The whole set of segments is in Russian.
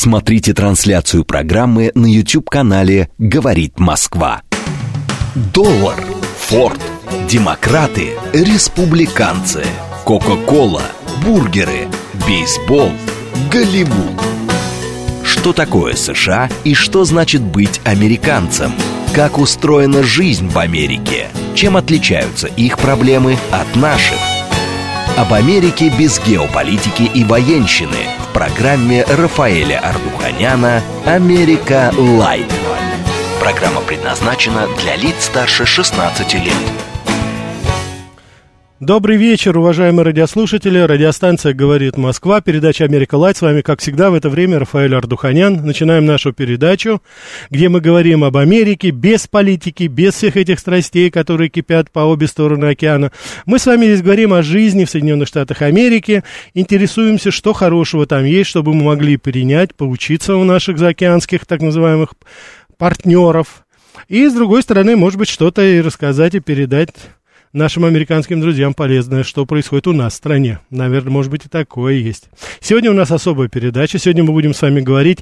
Смотрите трансляцию программы на YouTube-канале «Говорит Москва». Доллар, Форд, демократы, республиканцы, Кока-кола, бургеры, бейсбол, Голливуд. Что такое США и что значит быть американцем? Как устроена жизнь в Америке? Чем отличаются их проблемы от наших? Об Америке без геополитики и военщины в программе Рафаэля Ардуханяна «Америка Лайт». Программа предназначена для лиц старше 16 лет. Добрый вечер, уважаемые радиослушатели. Радиостанция «Говорит Москва», передача «Америка Лайт». С вами, как всегда, в это время Рафаэль Ардуханян. Начинаем нашу передачу, где мы говорим об Америке без политики, без всех этих страстей, которые кипят по обе стороны океана. Мы с вами здесь говорим о жизни в Соединенных Штатах Америки, интересуемся, что хорошего там есть, чтобы мы могли перенять, поучиться у наших заокеанских так называемых партнеров. И, с другой стороны, может быть, что-то и рассказать, и передать нашим американским друзьям полезное, что происходит у нас в стране. Наверное, может быть, и такое есть. Сегодня у нас особая передача. Сегодня мы будем с вами говорить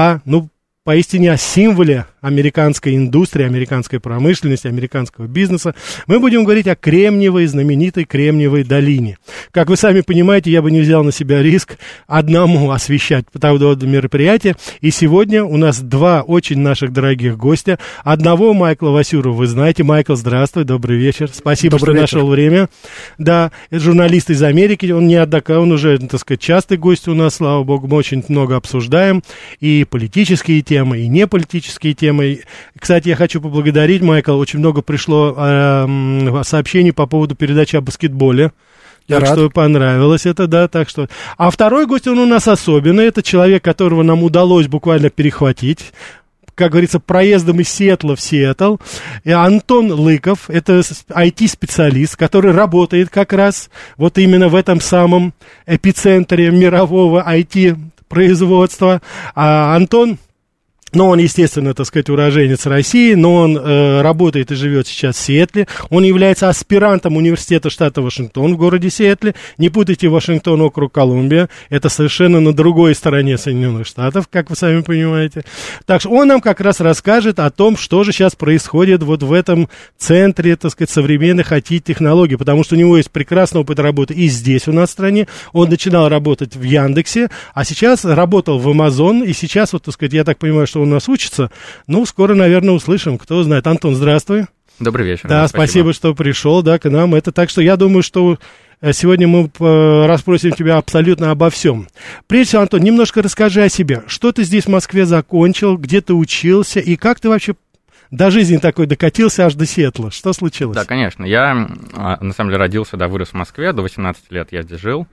поистине о символе американской индустрии, американской промышленности, американского бизнеса. Мы будем говорить о Кремниевой, знаменитой Кремниевой долине. Как вы сами понимаете, я бы не взял на себя риск одному освещать подобное мероприятие. И сегодня у нас два очень наших дорогих гостя. Одного Майкла Васюрова вы знаете. Майкл, здравствуй, добрый вечер. Спасибо, что нашел время. Да, это журналист из Америки. Он он уже, так сказать, частый гость у нас, слава богу. Мы очень много обсуждаем и политические темы, и неполитические темы. Кстати, я хочу поблагодарить, Майкл, очень много пришло сообщений по поводу передачи о баскетболе. Так что понравилось это, да, так что... А второй гость, он у нас особенный, это человек, которого нам удалось буквально перехватить, как говорится, проездом из Сиэтла в Сиэтл. И Антон Лыков, это IT-специалист, который работает как раз вот именно в этом самом эпицентре мирового IT-производства. А Антон... он, естественно, так сказать, уроженец России, но он работает и живет сейчас в Сиэтле. Он является аспирантом университета штата Вашингтон в городе Сиэтле. Не путайте Вашингтон, округ Колумбия. Это совершенно на другой стороне Соединенных Штатов, как вы сами понимаете. Так что он нам как раз расскажет о том, что же сейчас происходит вот в этом центре, так сказать, современных IT-технологий, потому что у него есть прекрасный опыт работы и здесь у нас в стране. Он начинал работать в Яндексе, а сейчас работал в Amazon, и сейчас, вот, так сказать, я так понимаю, что у нас учится. Скоро, наверное, услышим, кто знает. Антон, здравствуй. Добрый вечер. Да, спасибо, что пришел, да, к нам. Это так что я думаю, что сегодня мы расспросим тебя абсолютно обо всем. Прежде всего, Антон, немножко расскажи о себе. Что ты здесь в Москве закончил, где ты учился, и как ты вообще до жизни такой докатился аж до Сиэтла? Что случилось? Да, конечно. Я, на самом деле, родился, вырос в Москве. До 18 лет я здесь жил.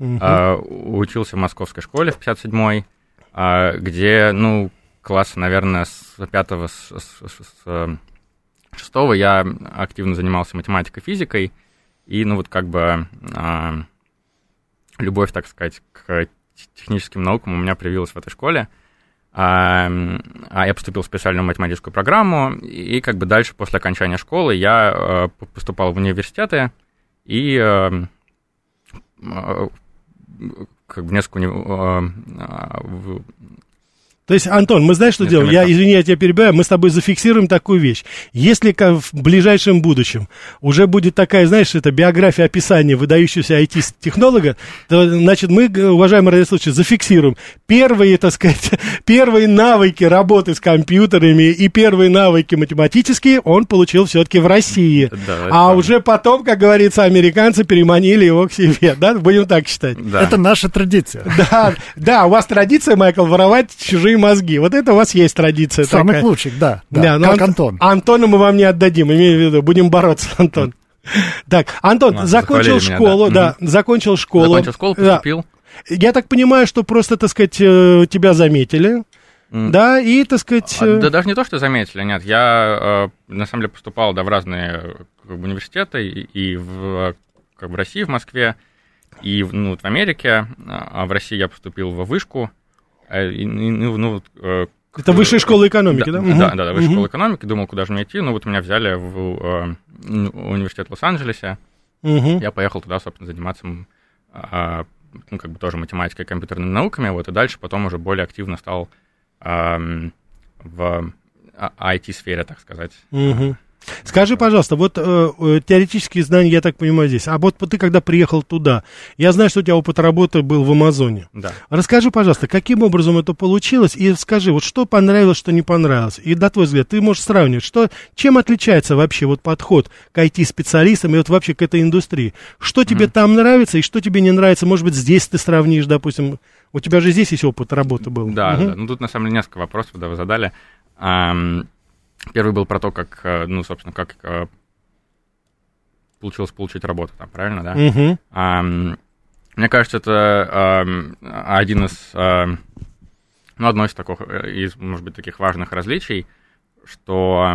Учился в московской школе в 57-й, где, класса, наверное, с 5-го, с 6-го я активно занимался математикой, физикой, и, любовь, так сказать, к техническим наукам у меня проявилась в этой школе. Я поступил в специальную математическую программу, и дальше, после окончания школы, я поступал в университеты, и несколько... То есть, Антон, мы знаем, что делаем? Извини, я тебя перебиваю, мы с тобой зафиксируем такую вещь. Если в ближайшем будущем уже будет такая, знаешь, это биография, описание выдающегося IT-технолога, то, значит, мы, уважаемые радиослушатели, зафиксируем первые, так сказать, первые навыки работы с компьютерами и первые навыки математические он получил все-таки в России. Да, уже потом, как говорится, американцы переманили его к себе, да? Будем так считать. Да. Это наша традиция. Да, у вас традиция, Майкл, воровать чужие мозги. Вот это у вас есть традиция. Самых такая. Лучших, да как Антон. Антона мы вам не отдадим, имею в виду, будем бороться, Антон. Так, Антон, закончил школу, закончил школу. Закончил школу, поступил. Я так понимаю, что просто, так сказать, тебя заметили, да, и, так сказать... Да даже не то, что заметили, нет. Я, на самом деле, поступал, в разные университеты, и в России, в Москве, и в Америке. А в России я поступил в вышку. Это высшая школа экономики, да? Да, высшая школа экономики. Думал, куда же мне идти. Меня взяли в университет в Лос-Анджелесе. Я поехал туда, собственно, заниматься ну, как бы тоже математикой и компьютерными науками, вот, и дальше потом уже более активно стал в IT-сфере, так сказать. Угу. Скажи, пожалуйста, вот теоретические знания, я так понимаю, здесь. А вот ты, когда приехал туда, я знаю, что у тебя опыт работы был в Амазоне. Да. Расскажи, пожалуйста, каким образом это получилось, и скажи, вот что понравилось, что не понравилось. И, на твой взгляд, ты можешь сравнивать, чем отличается вообще вот подход к IT-специалистам и вот вообще к этой индустрии. Что тебе там нравится и что тебе не нравится? Может быть, здесь ты сравнишь, допустим, у тебя же здесь есть опыт работы был. Да, да. Ну, тут, на самом деле, несколько вопросов, да, вы задали. Первый был про то, как, ну, собственно, как получилось получить работу там, правильно, да? Мне кажется, это одно из может быть, таких важных различий, что,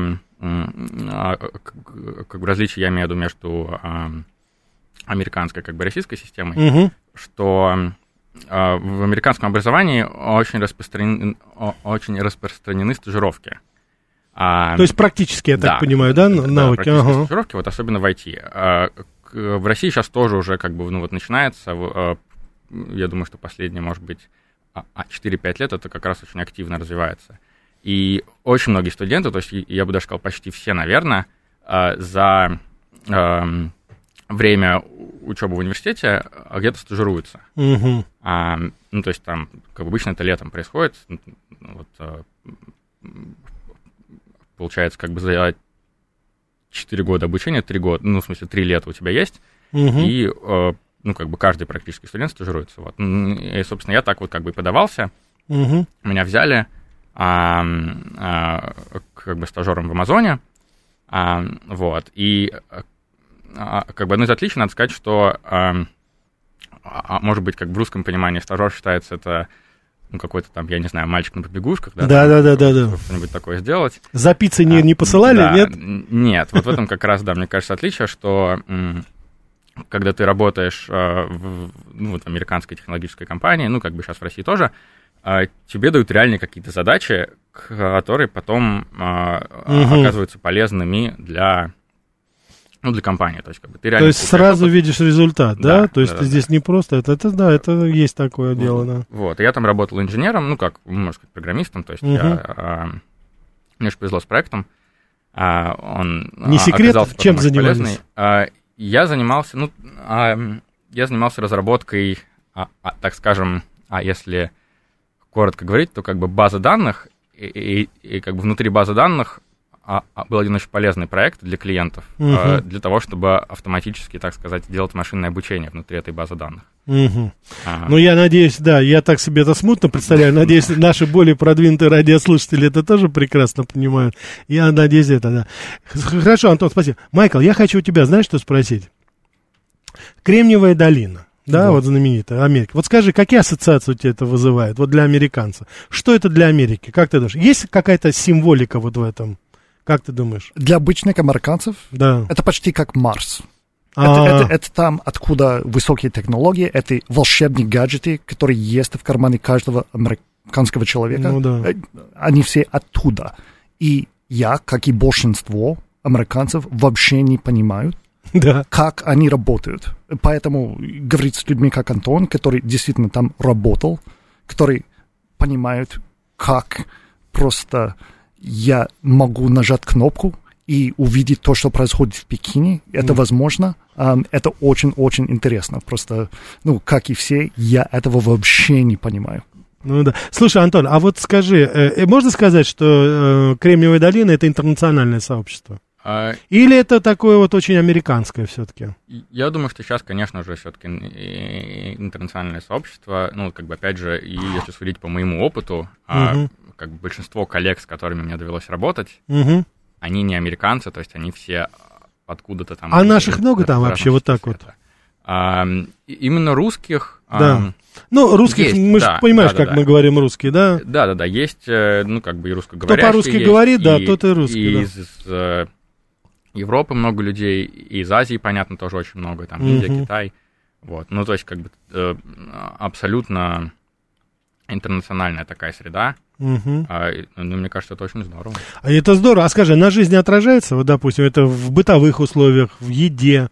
как бы различие я имею в виду между американской, как бы, российской системой, что в американском образовании очень распространены стажировки. То есть практически, я так понимаю, да, навыки? Практические стажировки, вот особенно в IT. В России сейчас тоже уже как бы, ну, вот начинается, я думаю, что последние, может быть, 4-5 лет это как раз очень активно развивается. И очень многие студенты, то есть я бы даже сказал, почти все, наверное, за время учебы в университете где-то стажируются. Ну, то есть там, как обычно, это летом происходит, вот, получается, как бы за 4 года обучения, 3 года, ну, в смысле, 3 лета у тебя есть, и, ну, как бы каждый практически студент стажируется, вот. И, собственно, я так вот как бы и подавался, меня взяли как бы стажером в Амазоне, вот, и как бы одно из отличий, надо сказать, что, может быть, как в русском понимании стажер считается это, ну, какой-то там, я не знаю, мальчик на побегушках, да? Да. Что-нибудь такое сделать. За пиццей не посылали, да, нет? Нет, вот в этом как раз, да, мне кажется, отличие, что когда ты работаешь в американской технологической компании, ну, как бы сейчас в России тоже, тебе дают реально какие-то задачи, которые потом оказываются полезными для компании. То есть, как бы, ты реально сразу видишь результат, да? То есть ты здесь не просто, это есть такое дело, да. Вот, я там работал инженером, ну, как, можно сказать, программистом, то есть мне же повезло с проектом. Он не секрет, чем занимались? Я занимался разработкой, так скажем, если коротко говорить, то как бы база данных, и как бы внутри базы данных был один очень полезный проект для клиентов, для того, чтобы автоматически, так сказать, делать машинное обучение внутри этой базы данных. Ну, я надеюсь, да, я так себе это смутно представляю, надеюсь, наши более продвинутые радиослушатели это тоже прекрасно понимают. Я надеюсь, это, да. Хорошо, Антон, спасибо. Майкл, я хочу у тебя, знаешь, что спросить? Кремниевая долина. Да, вот знаменитая Америка. Вот скажи, какие ассоциации у тебя это вызывает, вот для американцев? Что это для Америки? Как ты думаешь? Есть какая-то символика вот в этом? Как ты думаешь? Для обычных американцев это почти как Марс. Это там, откуда высокие технологии, это волшебные гаджеты, которые есть в кармане каждого американского человека. Ну, да. Они все оттуда. И я, как и большинство американцев, вообще не понимаю, как они работают. Поэтому говорить с людьми, как Антон, который действительно там работал, который понимают, как просто я могу нажать кнопку и увидеть то, что происходит в Пекине. Это возможно. Это очень-очень интересно. Просто, ну, как и все, я этого вообще не понимаю. Ну да. Слушай, Антон, а вот скажи, можно сказать, что Кремниевая долина — это интернациональное сообщество? Или это такое вот очень американское все-таки? Я думаю, что сейчас, конечно же, все-таки интернациональное сообщество, ну, как бы, опять же, и если судить по моему опыту, как бы большинство коллег, с которыми мне довелось работать, они не американцы, то есть они все откуда-то там... А наших много там вообще вот так вот? Именно русских... Да. Ну, русских, есть, мы же понимаешь, как мы говорим русские, да? Да, есть, ну, как бы и русскоговорящие. Кто по-русски говорит, да, тот и русский. Из Европы много людей, и из Азии, понятно, тоже очень много, там, Индия, Китай, вот. Ну, то есть, как бы, абсолютно интернациональная такая среда. Ну, мне кажется, это очень здорово. А это здорово. А скажи, на жизни отражается, вот, допустим, это в бытовых условиях, в еде,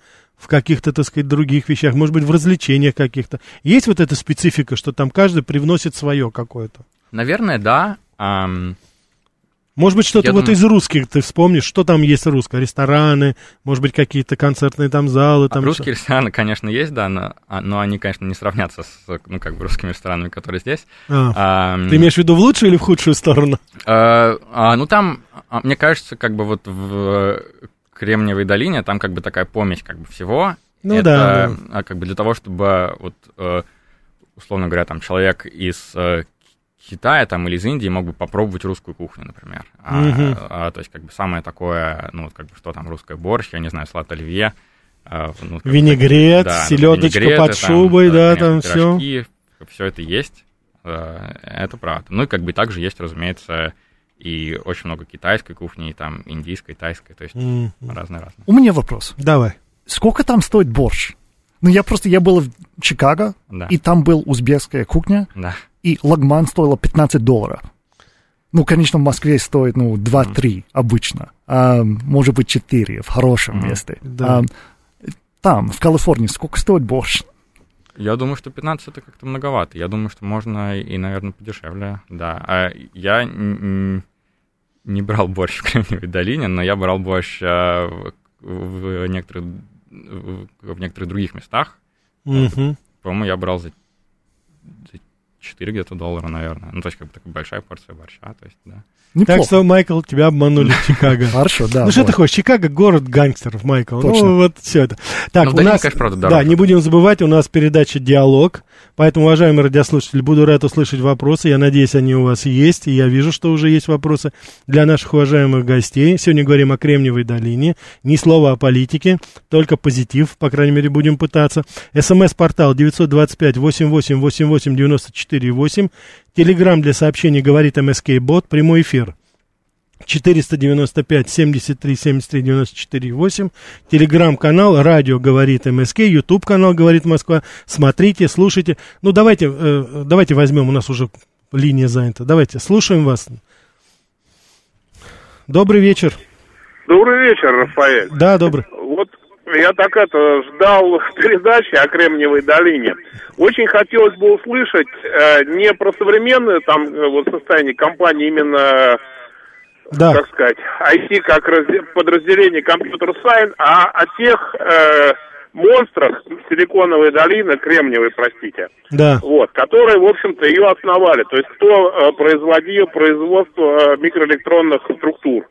в каких-то, так сказать, других вещах, может быть, в развлечениях каких-то. Есть вот эта специфика, что там каждый привносит свое какое-то? Наверное, да. Может быть, что-то вот из русских ты вспомнишь, что там есть русское? Рестораны, может быть, какие-то концертные там залы? Там русские рестораны, конечно, есть, да, но они, конечно, не сравнятся с, ну, как бы, русскими ресторанами, которые здесь. Ты имеешь в виду в лучшую или в худшую сторону? Ну, там, мне кажется, как бы вот в Кремниевой долине, там как бы такая помесь как бы всего. Ну, это, да. Как бы для того, чтобы, вот, условно говоря, там, человек из Китая там, или из Индии мог бы попробовать русскую кухню, например. То есть, как бы, самое такое, ну, вот, как бы, что там, русское борщ, я не знаю, салат оливье. Ну, винегрет, да, селедочка под шубой, да, там все. Все это есть, это правда. Ну, и как бы также есть, разумеется, и очень много китайской кухни, и там индийской, тайской, то есть разные-разные. У меня вопрос. Давай. Сколько там стоит борщ? Ну, я был в Чикаго, да. И там был узбекская кухня, да. И лагман стоило $15. Ну, конечно, в Москве стоит, 2-3 обычно, может быть, 4 в хорошем месте. Да. Там, в Калифорнии, сколько стоит борщ? Я думаю, что 15 это как-то многовато. Я думаю, что можно и, наверное, подешевле, да. Я не брал борщ в Кремниевой долине, но я брал борщ в некоторых других местах. По-моему, я брал за 4 где-то $4, наверное. Ну, то есть, как бы такая большая порция борща, то есть, да. Неплохо. Так что, Майкл, тебя обманули в Чикаго. Хорошо, да. Ну, что ты хочешь? Чикаго — город гангстеров, Майкл. Точно. Ну, вот все это. Так, у нас, конечно, правда, дороже. Да, не будем забывать, у нас передача «Диалог». Поэтому, уважаемые радиослушатели, буду рад услышать вопросы. Я надеюсь, они у вас есть. И я вижу, что уже есть вопросы для наших уважаемых гостей. Сегодня говорим о Кремниевой долине. Ни слова о политике, только позитив, по крайней мере, будем пытаться. СМС-портал 925-88-88-94-8. Телеграм для сообщений «Говорит МСК-бот». Прямой эфир 495-73-73-94-8. Телеграм-канал «Радио говорит МСК». Ютуб-канал «Говорит Москва». Смотрите, слушайте. Ну, давайте возьмем, у нас уже линия занята. Давайте, слушаем вас. Добрый вечер. Добрый вечер, Рафаэль. Да, добрый. Вот я ждал передачи о Кремниевой долине. Очень хотелось бы услышать не про современное там вот состояние компании именно, да. как сказать, IT как подразделение Computer Science, а о тех монстрах Силиконовой долины, Кремниевой, простите, да. Вот, которые, в общем-то, ее основали. То есть кто производил производство микроэлектронных структур.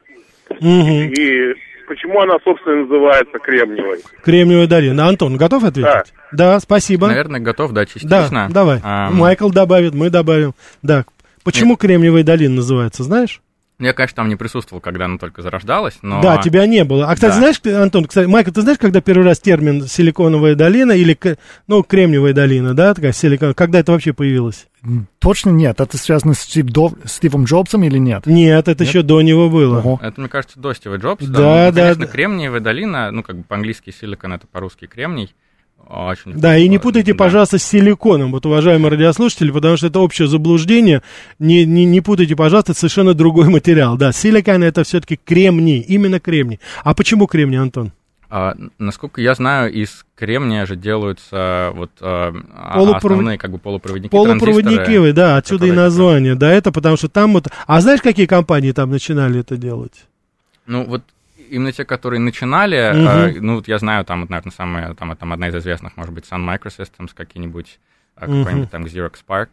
И почему она, собственно, называется Кремниевой? Кремниевая долина. Антон, готов ответить? Да, спасибо. Наверное, готов, да, частично. Да, давай. Майкл добавит, мы добавим. Да. Почему Кремниевая долина называется, знаешь? Я, конечно, там не присутствовал, когда она только зарождалась, но... Да, тебя не было. А, кстати, знаешь, Антон, Майкл, ты знаешь, когда первый раз термин «Силиконовая долина» или, Кремниевая долина, да, такая силикон, когда это вообще появилось? Точно нет. Это связано с Стивом Джобсом или нет? Нет, это еще до него было. Ого. Это, мне кажется, до Стива Джобса. Да. Конечно, Кремниевая долина, как бы по-английски силикон, это по-русски кремний. Очень да, и не путайте, пожалуйста, с силиконом, вот, уважаемые радиослушатели, потому что это общее заблуждение. Не путайте, пожалуйста, это совершенно другой материал. Да, силикон — это все-таки кремний, именно кремний. А почему кремний, Антон? Насколько я знаю, из кремния же делаются основные как бы полупроводники, полупроводники, да, отсюда и название. Да, это потому что там вот... А знаешь, какие компании там начинали это делать? Ну, вот именно те, которые начинали, вот я знаю, там, наверное, самая, там одна из известных, может быть, Sun Microsystems, какой-нибудь там Xerox PARC,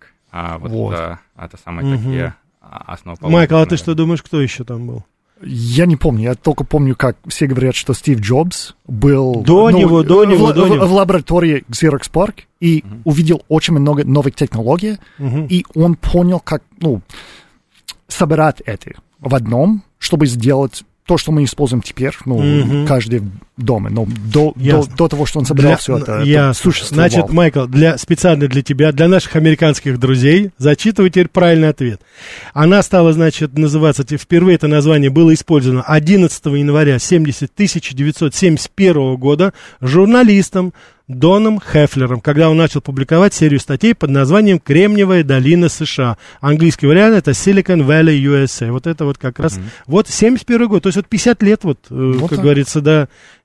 это самые такие основоположники. Майкл, а ты что думаешь, кто еще там был? Я не помню, я только помню, как все говорят, что Стив Джобс был до него. В лаборатории Xerox PARC и увидел очень много новых технологий, и он понял, как собирать это в одном, чтобы сделать то, что мы используем теперь, каждый в доме, но до того, что он собирал все это существовало. Значит, Майкл, специально для тебя, для наших американских друзей, зачитываю теперь правильный ответ. Она стала, значит, называться, впервые это название было использовано 11 января 1971 года журналистом Доном Хефлером, когда он начал публиковать серию статей под названием «Кремниевая долина США». Английский вариант — это Silicon Valley, USA. Вот это вот как раз... Вот 71 год, то есть вот 50 лет, как говорится, да,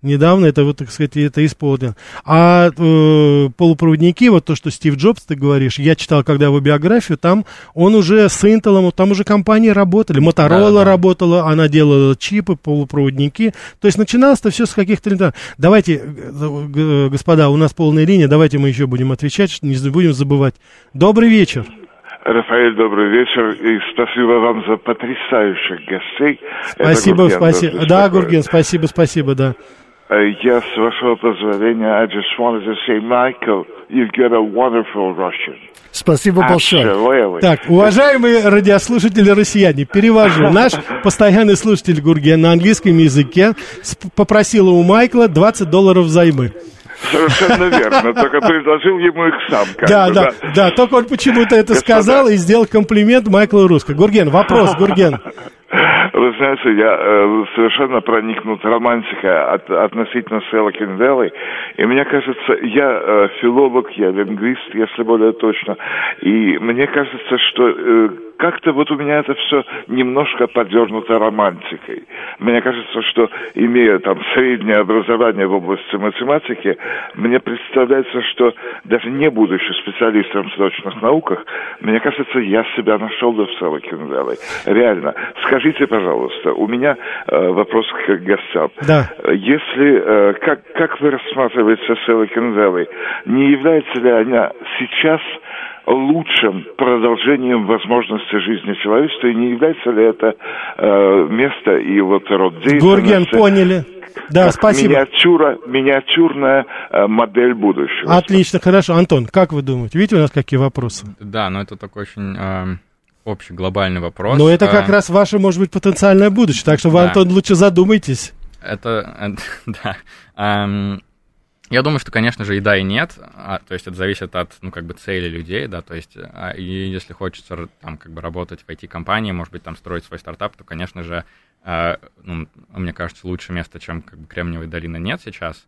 недавно это, вот, так сказать, это исполнил. А полупроводники, вот то, что Стив Джобс, ты говоришь, я читал когда его биографию, там он уже с Intel, там уже компании работали, Motorola работала, она делала чипы, полупроводники, то есть начиналось-то все с каких-то... Давайте, господа, у нас полная линия, давайте мы еще будем отвечать, не будем забывать. Добрый вечер. Рафаэль, добрый вечер, и спасибо вам за потрясающих гостей. Спасибо, спасибо. Да, Гурген, спасибо, да. Я, с вашего позволения, I just wanted to say, Michael, you've got a wonderful Russian. Спасибо большое. Так, уважаемые радиослушатели россияне, перевожу. Наш постоянный слушатель Гурген на английском языке попросил у Майкла $20 взаймы. Совершенно верно, только предложил ему их сам. Да, только он почему-то это сказал и сделал комплимент Майклу Руско. Гурген, вопрос, Гурген. Вы знаете, я совершенно проникнут романтикой относительно Silicon Valley. И мне кажется, я филолог, я лингвист, если более точно. И мне кажется, что как-то вот у меня это все немножко подернуто романтикой. Мне кажется, что, имея там среднее образование в области математики, мне представляется, что даже не будучи специалистом в точных науках, мне кажется, я себя нашел бы в Silicon Valley. Реально. Скажите, пожалуйста, у меня вопрос к гостям. Да. Если, как вы рассматриваете Silicon Valley? Не является ли она сейчас лучшим продолжением возможности жизни человечества, и не является ли это место и вот род деятельности... Гурген, поняли. Да, спасибо. Миниатюрная модель будущего. Отлично, хорошо. Антон, как вы думаете? Видите, у нас какие вопросы? Да, но это такой очень общий глобальный вопрос. Но это как раз ваше, может быть, потенциальное будущее, так что вы, Антон, лучше задумайтесь. Да. Я думаю, что, конечно же, и да, и нет. То есть это зависит от, цели людей, да, то есть и если хочется там работать в IT-компании, может быть, там строить свой стартап, то, конечно же, мне кажется, лучше места, чем Кремниевая долина, нет сейчас.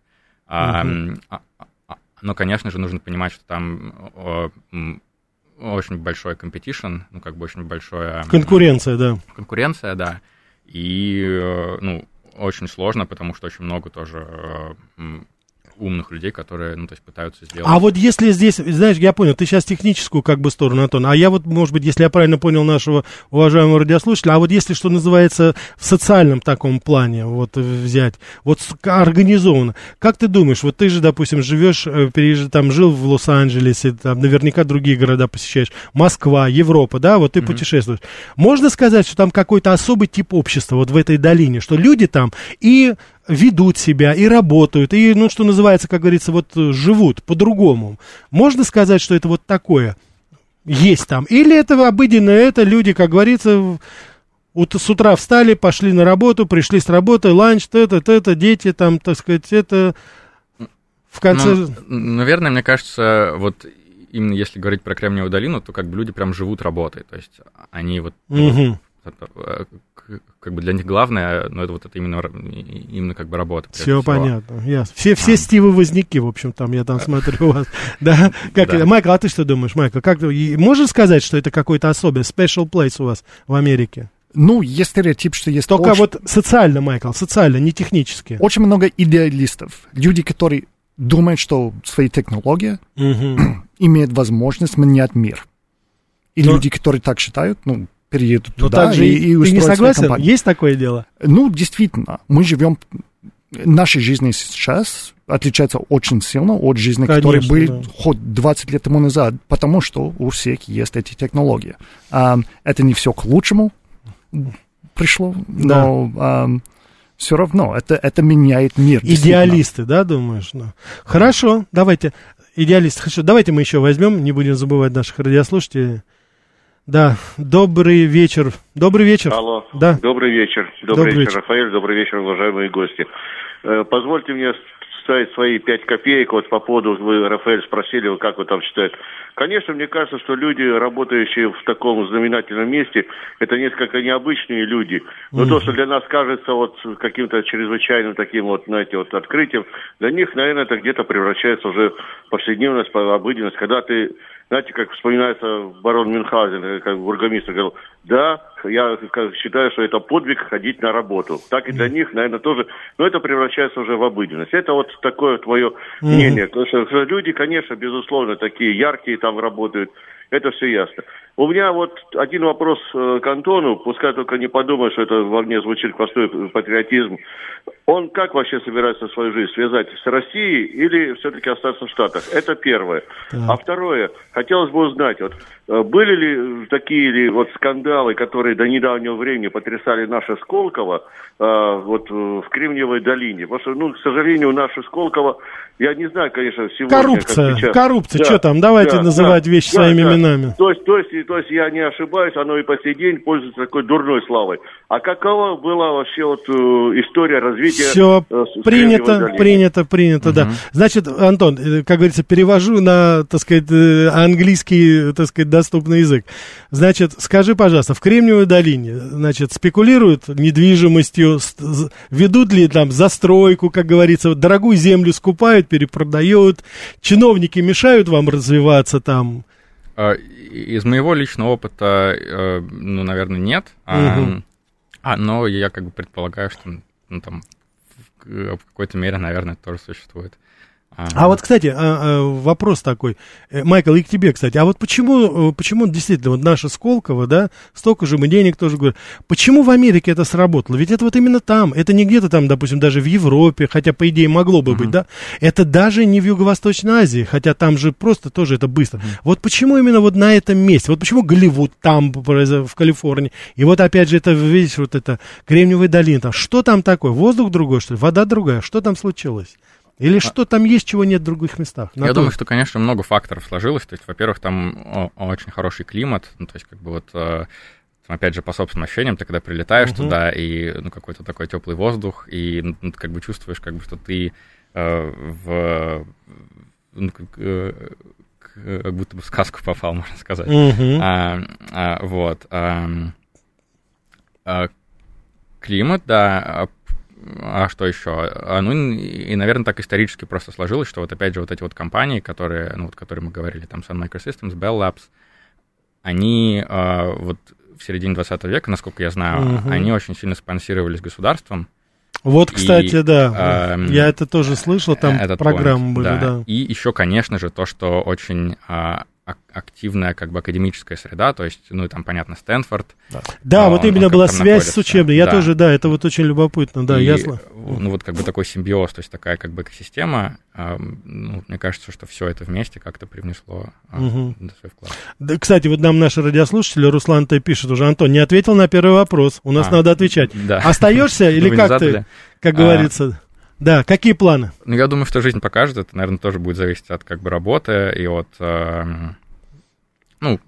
Но, конечно же, нужно понимать, что там очень большой competition, очень большое... Конкуренция, да. Конкуренция, да. И, очень сложно, потому что очень много тоже... умных людей, которые, пытаются сделать... А вот если здесь, знаешь, я понял, ты сейчас техническую сторону, Антон, а я вот, может быть, если я правильно понял нашего уважаемого радиослушателя, а вот если, что называется, в социальном таком плане, вот взять, вот организованно, как ты думаешь, вот ты же, допустим, живешь, жил в Лос-Анджелесе, там наверняка другие города посещаешь, Москва, Европа, да, вот ты путешествуешь. Можно сказать, что там какой-то особый тип общества вот в этой долине, что люди там и ведут себя, и работают, и, что называется, как говорится, вот живут по-другому. Можно сказать, что это вот такое есть там? Или это обыденно, это люди, как говорится, с утра встали, пошли на работу, пришли с работы, ланч, дети там, так сказать, это в конце... наверное, мне кажется, вот именно если говорить про Кремниевую долину, то люди прям живут работой, то есть они вот... для них главное, но это именно работа. Все понятно, ясно. Все Стивы Возняки, в общем, там, я там смотрю у вас. Да? Майкл, а ты что думаешь, Майкл? Можешь сказать, что это какой-то особый, special place у вас в Америке? Есть стереотип, что есть... Только вот социально, Майкл, социально, не технически. Очень много идеалистов, люди, которые думают, что свои технологии имеют возможность менять мир. И люди, которые так считают, переедут туда и устроят. Ты не согласен? Компанию. Есть такое дело? Действительно, мы живем... Наша жизнь сейчас отличается очень сильно от жизни, которая была хоть 20 лет тому назад, потому что у всех есть эти технологии. Это не все к лучшему пришло, но все равно это меняет мир. Идеалисты, да, думаешь? Хорошо, давайте. Идеалисты, хорошо. Давайте мы еще возьмем, не будем забывать наших радиослушателей. Да, добрый вечер. Добрый вечер. Алло. Да. Добрый вечер. Добрый вечер, Рафаэль. Добрый вечер, уважаемые гости. Позвольте мне ставить свои 5 копеек вот по поводу, вы, Рафаэль, спросили, как вы там считаете. Конечно, мне кажется, что люди, работающие в таком знаменательном месте, это несколько необычные люди. Но то, что для нас кажется вот каким-то чрезвычайным таким вот, знаете, вот открытием, для них, наверное, это где-то превращается уже в повседневность, в обыденность, когда ты знаете, как вспоминается барон Мюнхгаузен, как бургомистр говорил, да, я считаю, что это подвиг ходить на работу. Так и для них, наверное, тоже, но это превращается уже в обыденность. Это вот такое твое мнение. Потому что люди, конечно, безусловно, такие яркие там работают, это все ясно. У меня вот один вопрос к Антону, пускай только не подумает, что это во мне звучит простой патриотизм. Он как вообще собирается свою жизнь связать с Россией или все-таки остаться в Штатах? Это первое. Так. А второе, хотелось бы узнать, вот, были ли такие ли вот скандалы, которые до недавнего времени потрясали наше Сколково вот в Кремниевой долине? Потому что, к сожалению, наше Сколково, я не знаю, конечно, сегодня... Коррупция, да, что там, давайте называть вещи своими именами. То есть я не ошибаюсь, оно и по сей день пользуется такой дурной славой. А какова была вообще вот история развития... Все принято, да. Значит, Антон, как говорится, перевожу на, так сказать, английский, так сказать, доступный язык. Значит, скажи, пожалуйста, в Кремниевой долине, значит, спекулируют недвижимостью, ведут ли там застройку, как говорится, дорогую землю скупают, перепродают, чиновники мешают вам развиваться там? Из моего личного опыта, наверное, нет. Но я как бы предполагаю, что там в какой-то мере, наверное, это тоже существует. А вот, кстати, вопрос такой, Майкл, и к тебе, кстати, а вот почему действительно вот наша Сколково, да, столько же мы денег тоже говорим, почему в Америке это сработало? Ведь это вот именно там, это не где-то там, допустим, даже в Европе, хотя, по идее, могло бы быть, да, это даже не в Юго-Восточной Азии, хотя там же просто тоже это быстро. Вот почему именно вот на этом месте, вот почему Голливуд там, в Калифорнии, и вот опять же это, видишь, вот это Кремниевая долина, там, что там такое, воздух другой, что ли, вода другая, что там случилось? Или что там есть, чего нет в других местах? Я думаю, что, конечно, много факторов сложилось. То есть, во-первых, там очень хороший климат. То есть, как бы вот, опять же, по собственным ощущениям, ты когда прилетаешь туда, и какой-то такой теплый воздух, и ты как бы чувствуешь, как бы, что ты как будто бы в сказку попал, можно сказать. Климат, да. А что еще? И, наверное, так исторически просто сложилось, что вот опять же вот эти вот компании, которые мы говорили, там Sun Microsystems, Bell Labs, они вот в середине 20 века, насколько я знаю, они очень сильно спонсировались государством. Вот, кстати, да, я это тоже слышал, там программы были, да. И еще, конечно же, то, что очень активная как бы академическая среда, то есть, там, понятно, Стэнфорд. Да, вот именно была связь с учебной, я тоже, да, это вот очень любопытно, да, ясно. Вот как бы такой симбиоз, то есть такая как бы экосистема, мне кажется, что все это вместе как-то привнесло свой вклад. Да, кстати, вот нам наши радиослушатели, Руслан-то пишет уже, Антон, не ответил на первый вопрос, у нас надо отвечать. Да. Остаешься или как ты, как говорится... Да, какие планы? Я думаю, что жизнь покажет. Это, наверное, тоже будет зависеть от как бы работы и от... я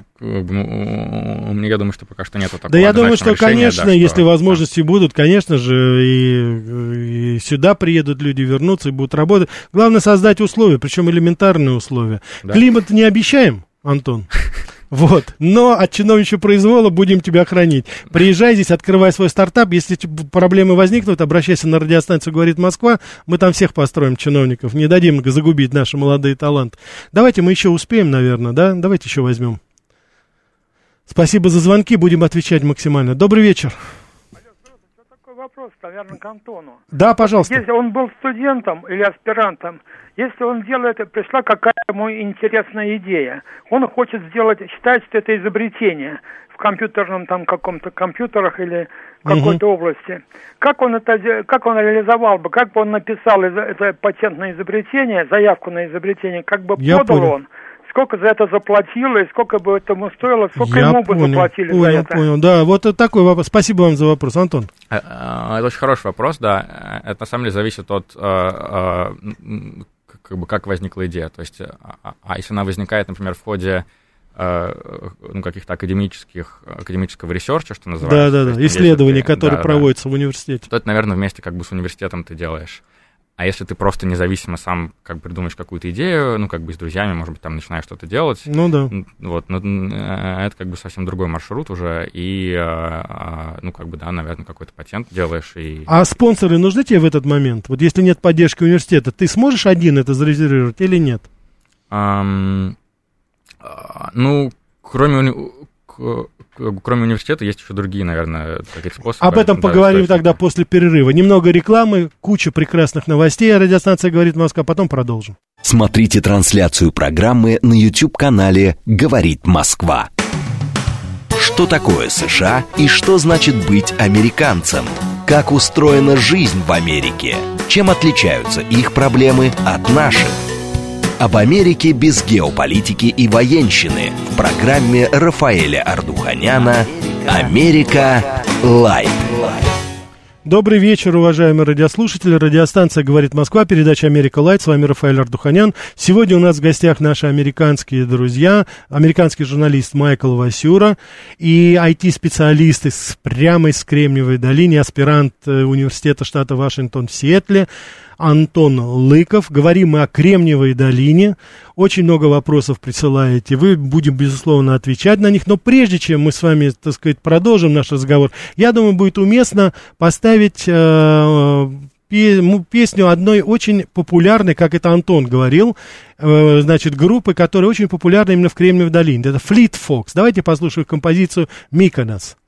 думаю, что пока что нету такого. Да, я думаю, что, решения, конечно, да, если возможности будут, конечно же, и сюда приедут люди, вернутся и будут работать. Главное создать условия, причем элементарные условия. Да. Климат не обещаем, Антон. Вот, но от чиновничьего произвола будем тебя хранить. Приезжай здесь, открывай свой стартап. Если проблемы возникнут, обращайся на радиостанцию «Говорит Москва». Мы там всех построим, чиновников. Не дадим загубить наши молодые таланты. Давайте мы еще успеем, наверное, да? Давайте еще возьмем. Спасибо за звонки, будем отвечать максимально. Добрый вечер. Вопрос, наверное, к Антону. Да, пожалуйста. Если он был студентом или аспирантом, если он делает, пришла какая-то ему интересная идея, он хочет сделать, считает, что это изобретение в компьютерном там каком-то компьютерах или в какой-то области. Как он реализовал бы, как бы он написал это патентное изобретение, заявку на изобретение, как бы подал он? Сколько за это заплатило, и сколько бы этому стоило, сколько ему бы заплатили за это? Понял, да, вот такой вопрос. Спасибо вам за вопрос, Антон. Это очень хороший вопрос, да. Это на самом деле зависит от, как возникла идея. То есть, если она возникает, например, в ходе каких-то академического ресерча, что называется. Да, исследований, которые проводятся в университете. То это, наверное, вместе как бы с университетом ты делаешь. А если ты просто независимо сам как бы придумаешь какую-то идею, с друзьями, может быть, там начинаешь что-то делать. Ну да. Это как бы совсем другой маршрут уже, и, наверное, какой-то патент делаешь. А спонсоры нужны тебе в этот момент? Вот если нет поддержки университета, ты сможешь один это зарезервировать или нет? Ну, кроме университета есть еще другие, наверное, такие способы. Об этом поговорим тогда после перерыва. Немного рекламы, куча прекрасных новостей. Радиостанция «Говорит Москва», потом продолжим. Смотрите трансляцию программы на YouTube-канале «Говорит Москва». Что такое США и что значит быть американцем? Как устроена жизнь в Америке? Чем отличаются их проблемы от наших? Об Америке без геополитики и военщины в программе Рафаэля Ардуханяна «Америка Лайв». Добрый вечер, уважаемые радиослушатели. Радиостанция «Говорит Москва», передача «Америка Лайт». С вами Рафаэль Ардуханян. Сегодня у нас в гостях наши американские друзья, американский журналист Майкл Васюра и IT-специалист прямо из Кремниевой долины, аспирант университета штата Вашингтон в Сиэтле, Антон Лыков. Говорим мы о Кремниевой долине. Очень много вопросов присылаете. Вы будем, безусловно, отвечать на них. Но прежде чем мы с вами, так сказать, продолжим наш разговор, я думаю, будет уместно поставить песню одной очень популярной, как это Антон говорил, значит, группы, которая очень популярна именно в Кремниевой долине. Это Fleet Fox. Давайте послушаем композицию «Mykonos».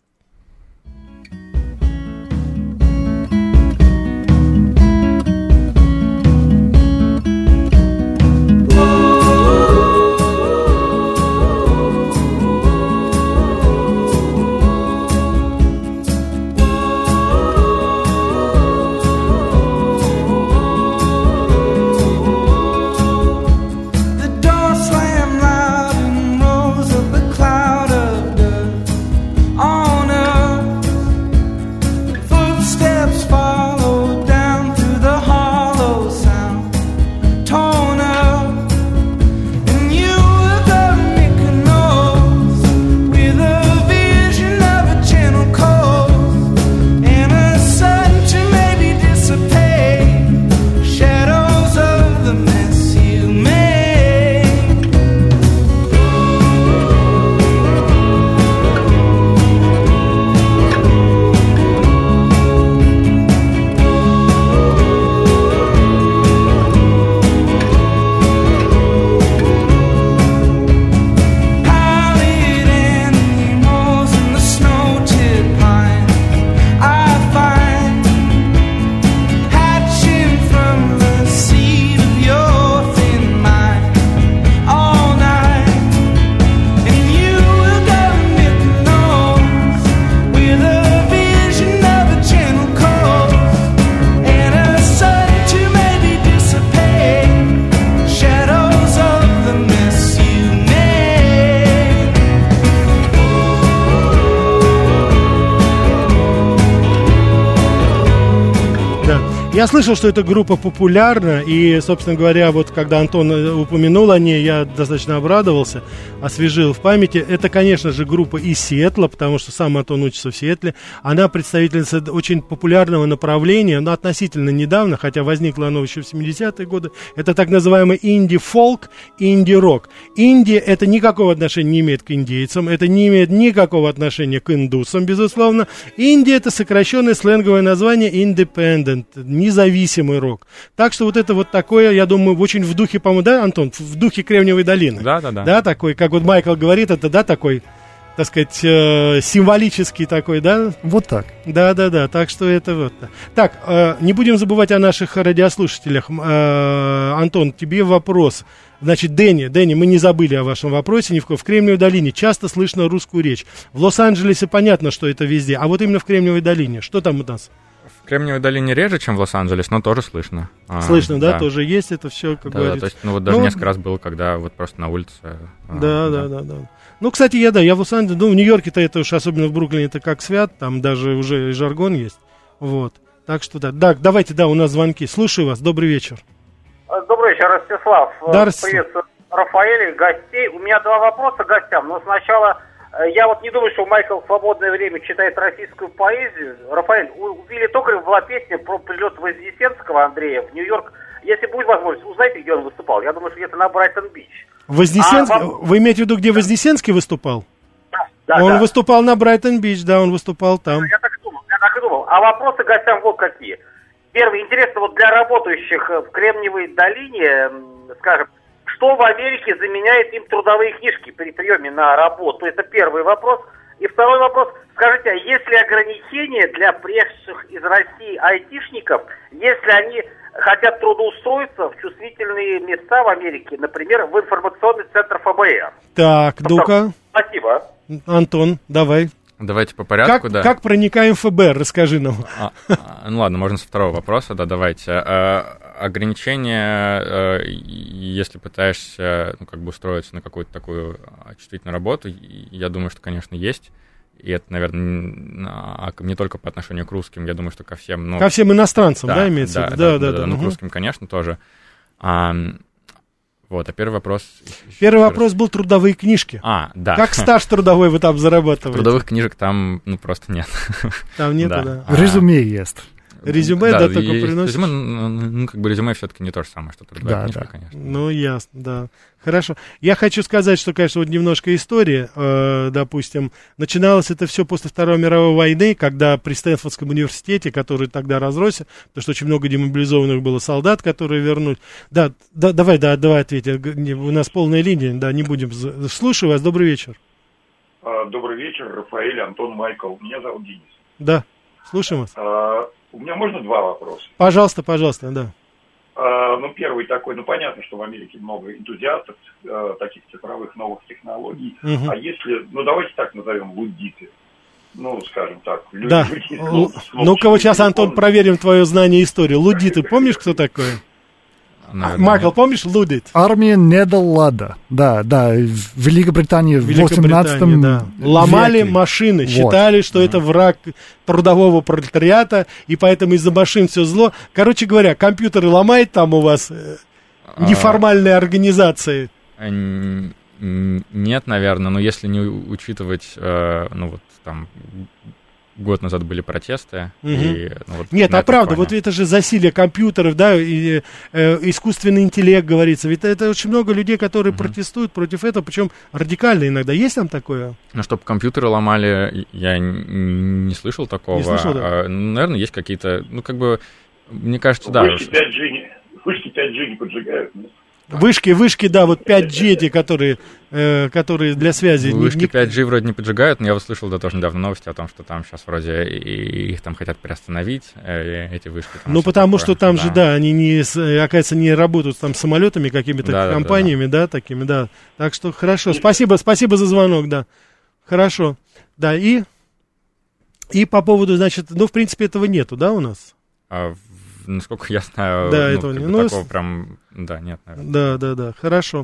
Я слышал, что эта группа популярна, и, собственно говоря, вот когда Антон упомянул о ней, я достаточно обрадовался, освежил в памяти. Это, конечно же, группа из Сиэтла, потому что сам Антон учится в Сиэтле. Она представительница очень популярного направления, но относительно недавно, хотя возникло оно еще в 70-е годы. Это так называемый инди-фолк, инди-рок. Инди — это никакого отношения не имеет к индейцам, это не имеет никакого отношения к индусам, безусловно. Инди — это сокращенное сленговое название independent, независимый рок. Так что вот это вот такое, я думаю, очень в духе, по-моему, да, Антон, в духе Кремниевой долины. Да. Да, такой, как вот Майкл говорит, это, да, такой, так сказать, символический такой, да? Вот так. Да, так что это вот. Так, не будем забывать о наших радиослушателях. Антон, тебе вопрос. Значит, Дэнни, мы не забыли о вашем вопросе. В Кремниевой долине часто слышно русскую речь. В Лос-Анджелесе понятно, что это везде. А вот именно в Кремниевой долине, что там у нас? В Кремниевой долине реже, чем в Лос-Анджелесе, но тоже слышно. Слышно, да? Тоже есть это все, как говорится. Да, то есть, вот даже несколько раз было, когда вот просто на улице. Да. Ну, кстати, я в Лос-Анджелесе, в Нью-Йорке-то это уж, особенно в Бруклине, это как свят, там даже уже жаргон есть. Вот. Так что да. Так, давайте, у нас звонки. Слушаю вас, добрый вечер. Добрый вечер, Ростислав. Да, приветствую Рафаэля, гостей. У меня два вопроса к гостям, но сначала... Я вот не думаю, что Майкл в свободное время читает российскую поэзию. Рафаэль, у Вилли Токарева была песня про прилет Вознесенского Андрея в Нью-Йорк. Если будет возможность, узнайте, где он выступал. Я думаю, что где-то на Брайтон-Бич. Вознесенский? Вы имеете в виду, где Вознесенский выступал? Да. Он выступал на Брайтон-Бич, да, он выступал там. Я так и думал. А вопросы гостям вот какие. Первый, интересно, вот для работающих в Кремниевой долине, скажем, что в Америке заменяет им трудовые книжки при приеме на работу? Это первый вопрос. И второй вопрос. Скажите, а есть ли ограничения для приехавших из России айтишников, если они хотят трудоустроиться в чувствительные места в Америке, например, в информационный центр ФБР? Так, ну-ка. Спасибо. Антон, давай. Давайте по порядку, да. Как проникаем в ФБР, расскажи нам. Ну ладно, можно со второго вопроса, да, давайте. Ограничения, если пытаешься, устроиться на какую-то такую чувствительную работу, я думаю, что, конечно, есть. И это, наверное, не только по отношению к русским, я думаю, что ко всем... ко всем иностранцам, да, имеется в виду? Да. Ну, к русским, конечно, тоже. Вот, а первый вопрос... Первый вопрос был трудовые книжки. Да. Как стаж трудовой вы там зарабатываете? Трудовых книжек там, просто нет. Там нету, да. Резюме есть. Резюме, да, только приносит. Резюме все-таки не то же самое, что трудовая книжка, конечно. Ну, ясно, да. Хорошо. Я хочу сказать, что, конечно, вот немножко история, допустим, начиналось это все после Второй мировой войны, когда при Стэнфордском университете, который тогда разросся, потому что очень много демобилизованных было солдат, которые вернулись. Давай ответь. У нас полная линия, да, не будем. Слушаю вас, добрый вечер. Добрый вечер, Рафаэль, Антон, Майкл. Меня зовут Денис. Да, слушаем вас. У меня можно два вопроса? Пожалуйста, да. Первый такой, понятно, что в Америке много энтузиастов таких цифровых новых технологий. А если, давайте так назовем, луддиты, скажем так. Да, ну-ка вот сейчас, Антон, проверим твое знание истории. Луддиты, помнишь, кто такой? Майкл, помнишь, Лудит? Армия Нидерланда, да, в Великобритании в 18-м да. Ломали машины, считали, что это враг трудового пролетариата, и поэтому из-за машин все зло. Короче говоря, компьютеры ломает там у вас неформальные организации? Нет, наверное, но если не учитывать, там... Год назад были протесты. Нет, правда, вот это же засилие компьютеров, да, и искусственный интеллект, говорится. Ведь это очень много людей, которые протестуют против этого, причем радикально иногда. Есть там такое? Чтобы компьютеры ломали, я не слышал такого. Не слышал, да? Наверное, есть какие-то, мне кажется, да. Вышки 5G не поджигают, нет? Вышки, да, вот 5G эти, которые для связи. Вышки 5G вроде не поджигают, но я услышал, тоже недавно новости о том, что там сейчас вроде их там хотят приостановить, эти вышки. Потому что там же, да, они оказывается, не работают там с самолетами, какими-то компаниями, да, такими, да. Так что хорошо, спасибо за звонок, да. Хорошо, да, и по поводу, значит, в принципе, этого нету, да, у нас? Насколько я знаю, да, этого такого прям, да, нет, наверное. Да, хорошо.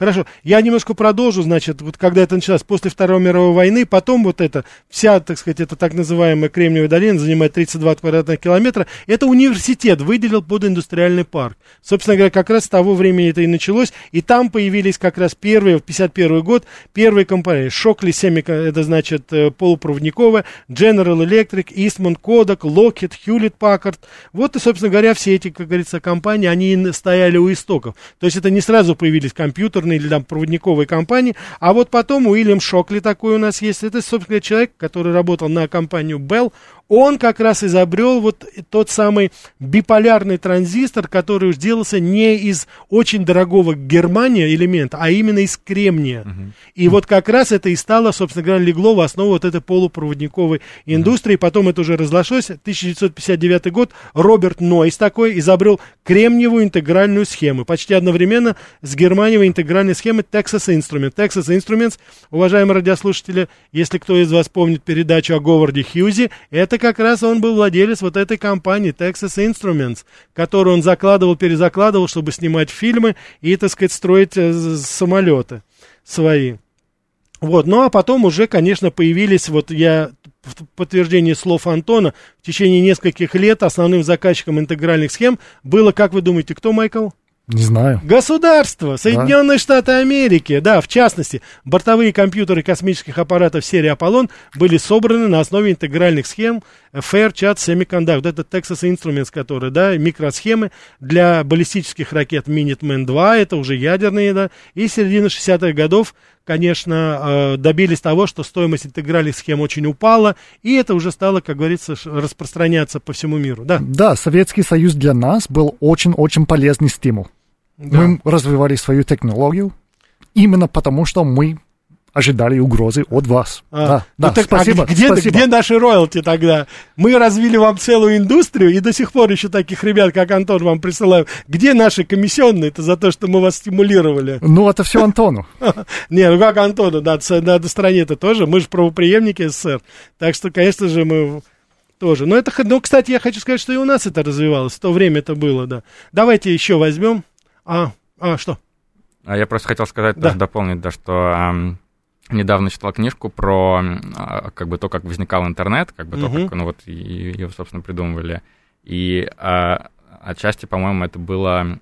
Я немножко продолжу, значит, вот когда это началось, после Второй мировой войны, потом вот это, вся, так сказать, это так называемая Кремниевая долина занимает 32 квадратных километра, это университет выделил под индустриальный парк. Собственно говоря, как раз с того времени это и началось, и там появились как раз первые, в 51 год, первые компании. Шокли Semiconductor, это значит полупроводниковая, General Electric, Eastman, Kodak, Lockheed, Hewlett Packard. Вот и, собственно говоря, все эти, как говорится, компании, они стояли у истоков. То есть это не сразу появились компьютерные или там проводниковые компании, а вот потом Уильям Шокли такой у нас есть. Это, собственно говоря, человек, который работал на компанию Bell. Он как раз изобрел вот тот самый биполярный транзистор, который уж делался не из очень дорогого Германия элемента, а именно из кремния. И вот как раз это и стало, собственно говоря, легло в основу вот этой полупроводниковой индустрии. Потом это уже разошлось. 1959 год Роберт Нойс такой изобрел кремниевую интегральную схему. Почти одновременно с германиевой интегральной схемой Texas Instruments. Texas Instruments, уважаемые радиослушатели, если кто из вас помнит передачу о Говарде Хьюзи, это как раз он был владелец вот этой компании Texas Instruments, которую он перезакладывал, чтобы снимать фильмы и, так сказать, строить самолеты свои. Вот, ну а потом уже, конечно, появились, вот я в подтверждение слов Антона, в течение нескольких лет основным заказчиком интегральных схем было, как вы думаете, кто, Майкл? Не знаю. Государство, Соединенные Штаты Америки, да, в частности, бортовые компьютеры космических аппаратов серии Аполлон были собраны на основе интегральных схем Fairchild Semiconductor, это Texas Instruments, которые, да, микросхемы для баллистических ракет Minuteman II, это уже ядерные, да, и с середины 60-х годов, конечно, добились того, что стоимость интегральных схем очень упала, и это уже стало, как говорится, распространяться по всему миру, да. Да, Советский Союз для нас был очень-очень полезный стимул. Мы развивали свою технологию именно потому, что мы ожидали угрозы от вас. Спасибо. Где наши роялти тогда? Мы развили вам целую индустрию, и до сих пор еще таких ребят, как Антон, вам присылаем. Где наши комиссионные-то за то, что мы вас стимулировали? Ну, это все Антону. Не, ну как Антону? На стране-то тоже. Мы же правопреемники СССР. Так что, конечно же, мы тоже. Но, кстати, я хочу сказать, что и у нас это развивалось. В то время это было, да. Давайте еще возьмем. Что? Я просто хотел сказать, даже дополнить, что... Недавно читал книжку про как бы то, как возникал интернет, как бы то, как его, собственно, придумывали. И отчасти, по-моему, это было,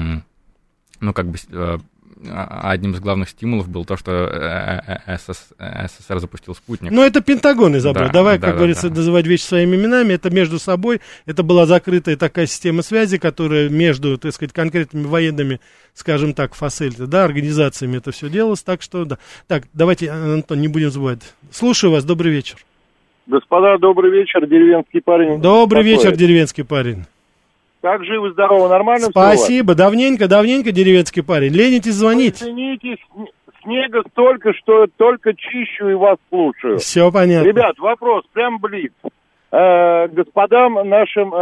одним из главных стимулов был то, что СССР запустил спутник. Ну, это Пентагон изобрел. Давай, как говорится, называть вещи своими именами. Это между собой, это была закрытая такая система связи, которая между, так сказать, конкретными военными, скажем так, организациями это все делалось. Так что, да. Так, давайте, Антон, не будем забывать. Слушаю вас, добрый вечер. Господа, добрый вечер, деревенский парень. Добрый вечер, деревенский парень. Как живы, здорово, нормально? Спасибо, давненько, деревенский парень. Ленитесь звонить? Извините, снега столько, что только чищу и вас слушаю. Все понятно. Ребят, вопрос, прям блиц. Господам нашим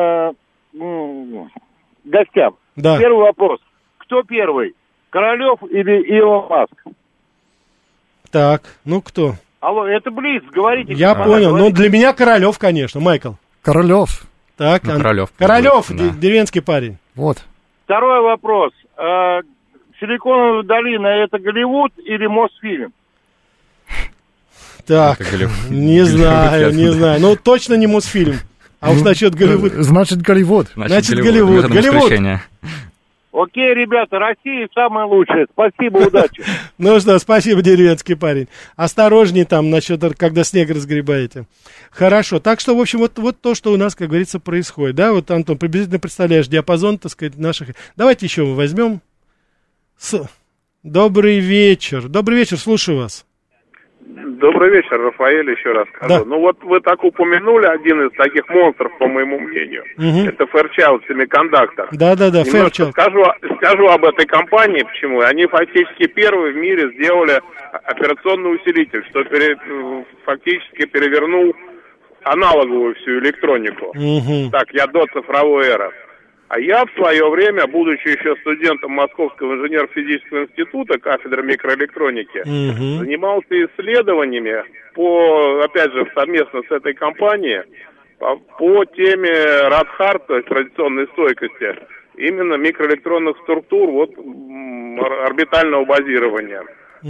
гостям. Да. Первый вопрос. Кто первый, Королев или Илон Маск? Так, кто? Алло, это блиц, говорите. Я понял, говорите. Для меня Королев, конечно, Майкл. Королев. Так, Королев, деревенский парень. Вот. Второй вопрос. Силиконовая долина — это Голливуд или Мосфильм? Так, не знаю. Ну, точно не Мосфильм. А уж насчет Голливуд. Значит, Голливуд. Значит, Голливуд. Окей, ребята, Россия самая лучшая. Спасибо, удачи. Ну что, спасибо, деревенский парень. Осторожней там насчет, когда снег разгребаете. Хорошо, так что, в общем, вот то, что у нас, как говорится, происходит. Да, вот, Антон, приблизительно представляешь диапазон, так сказать, наших... Давайте еще мы возьмем. Добрый вечер, слушаю вас. Добрый вечер, Рафаэль, еще раз скажу. Да. Вы так упомянули один из таких монстров, по моему мнению. Это Fairchild Semiconductor. Да, Fairchild. Скажу об этой компании, почему. Они фактически первые в мире сделали операционный усилитель, что фактически перевернул аналоговую всю электронику. Так, я до цифровой эры. А я в свое время, будучи еще студентом Московского инженерно-физического института, кафедры микроэлектроники, занимался исследованиями опять же, совместно с этой компанией, по теме Радхард, то есть традиционной стойкости, именно микроэлектронных структур, орбитального базирования.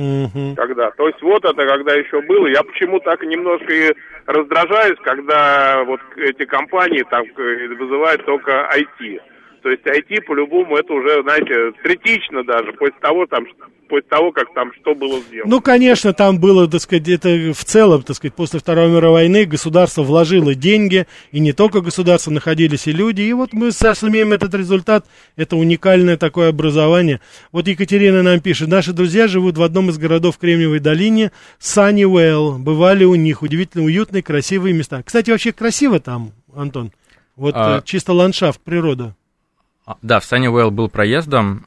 То есть это когда еще было. Я почему так немножко и раздражаюсь, когда эти компании там вызывают только IT. То есть IT по-любому это уже, знаете, критично даже после того, как там что было сделано. Ну, конечно, там было, так сказать, это в целом, так сказать, после Второй мировой войны государство вложило деньги, и не только государство, находились и люди, и мы сейчас имеем этот результат, это уникальное такое образование. Екатерина нам пишет, наши друзья живут в одном из городов в Кремниевой долине, Саннивейл, бывали у них, удивительно уютные, красивые места. Кстати, вообще красиво там, Антон, чисто ландшафт, природа. Да, в Саннивейл был проездом.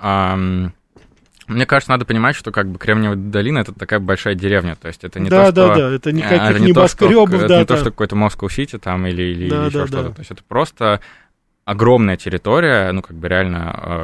Мне кажется, надо понимать, что Кремниевая долина — это такая большая деревня, то есть это не то, что... Да, это никаких небоскребов, это не то, что какой-то Москва-Сити там или еще что-то, то есть это просто огромная территория, реально